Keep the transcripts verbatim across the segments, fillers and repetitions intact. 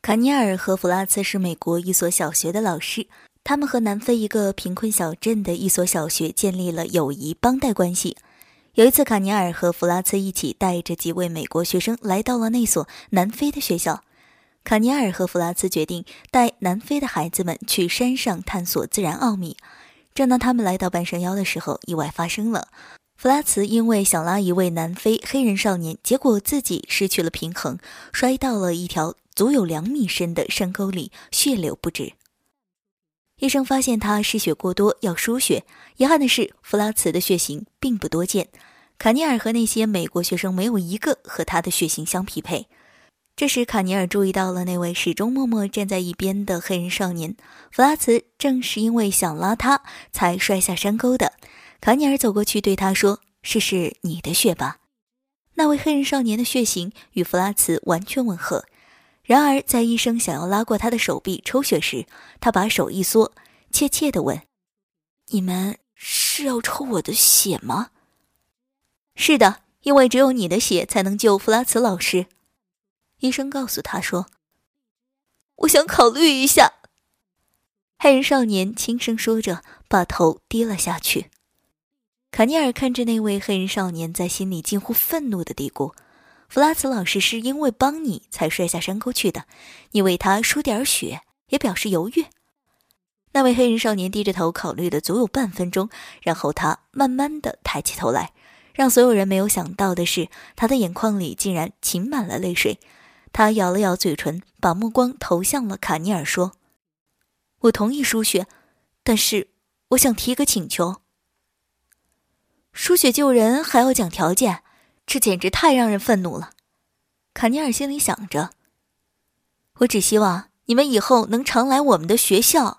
卡尼尔和弗拉茨是美国一所小学的老师，他们和南非一个贫困小镇的一所小学建立了友谊帮带关系。有一次，卡尼尔和弗拉茨一起带着几位美国学生来到了那所南非的学校。卡尼尔和弗拉茨决定带南非的孩子们去山上探索自然奥秘。正当他们来到半山腰的时候，意外发生了。弗拉茨因为想拉一位南非黑人少年，结果自己失去了平衡，摔到了一条足有两米深的山沟里，血流不止。医生发现他失血过多，要输血。遗憾的是，弗拉茨的血型并不多见。卡尼尔和那些美国学生没有一个和他的血型相匹配。这时，卡尼尔注意到了那位始终默默站在一边的黑人少年。弗拉茨正是因为想拉他，才摔下山沟的。卡尼尔走过去对他说：“试试你的血吧。”那位黑人少年的血型与弗拉茨完全吻合。然而，在医生想要拉过他的手臂抽血时，他把手一缩，怯怯地问：“你们是要抽我的血吗？”“是的，因为只有你的血才能救弗拉茨老师。”医生告诉他说。“我想考虑一下。”黑人少年轻声说着，把头低了下去。卡尼尔看着那位黑人少年，在心里近乎愤怒地嘀咕：“弗拉茨老师是因为帮你才摔下山沟去的，你为他输点血也表示犹豫。”那位黑人少年低着头考虑了足有半分钟，然后他慢慢地抬起头来。让所有人没有想到的是，他的眼眶里竟然噙满了泪水。他咬了咬嘴唇，把目光投向了卡尼尔，说：“我同意输血，但是我想提个请求。”“输血救人还要讲条件，这简直太让人愤怒了。”卡尼尔心里想着。“我只希望你们以后能常来我们的学校。”“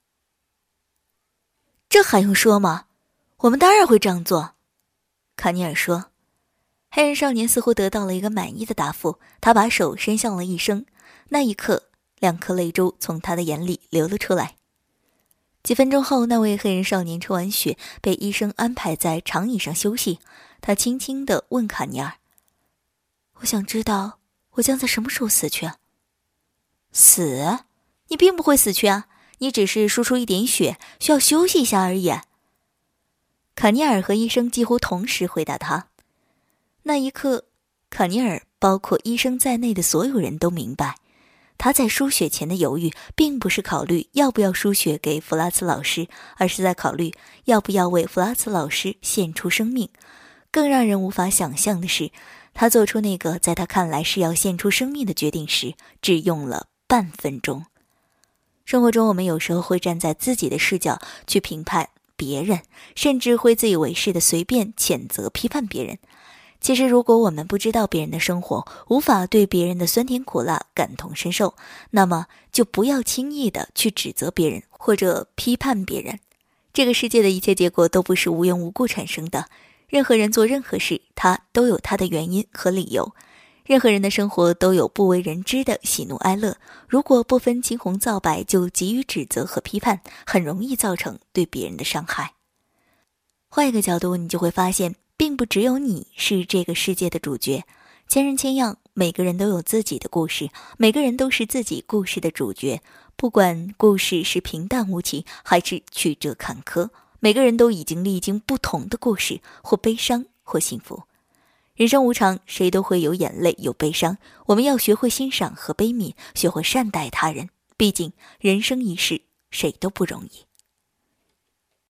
这还用说吗？我们当然会这样做。”卡尼尔说。黑人少年似乎得到了一个满意的答复，他把手伸向了医生。那一刻，两颗泪珠从他的眼里流了出来。几分钟后，那位黑人少年抽完血，被医生安排在长椅上休息。他轻轻地问卡尼尔：“我想知道我将在什么时候死去？”“死？你并不会死去啊，你只是输出一点血，需要休息一下而已。”卡尼尔和医生几乎同时回答他。那一刻，卡尼尔包括医生在内的所有人都明白，他在输血前的犹豫并不是考虑要不要输血给弗拉茨老师，而是在考虑要不要为弗拉茨老师献出生命。更让人无法想象的是，他做出那个在他看来是要献出生命的决定时，只用了半分钟。生活中，我们有时候会站在自己的视角去评判别人，甚至会自以为是的随便谴责批判别人。其实，如果我们不知道别人的生活，无法对别人的酸甜苦辣感同身受，那么就不要轻易的去指责别人或者批判别人。这个世界的一切结果都不是无缘无故产生的，任何人做任何事，他都有他的原因和理由。任何人的生活都有不为人知的喜怒哀乐，如果不分青红皂白就急于指责和批判，很容易造成对别人的伤害。换一个角度，你就会发现并不只有你是这个世界的主角，千人千样，每个人都有自己的故事，每个人都是自己故事的主角。不管故事是平淡无奇，还是曲折坎坷，每个人都已经历经不同的故事，或悲伤，或幸福。人生无常，谁都会有眼泪，有悲伤。我们要学会欣赏和悲悯，学会善待他人。毕竟，人生一世，谁都不容易。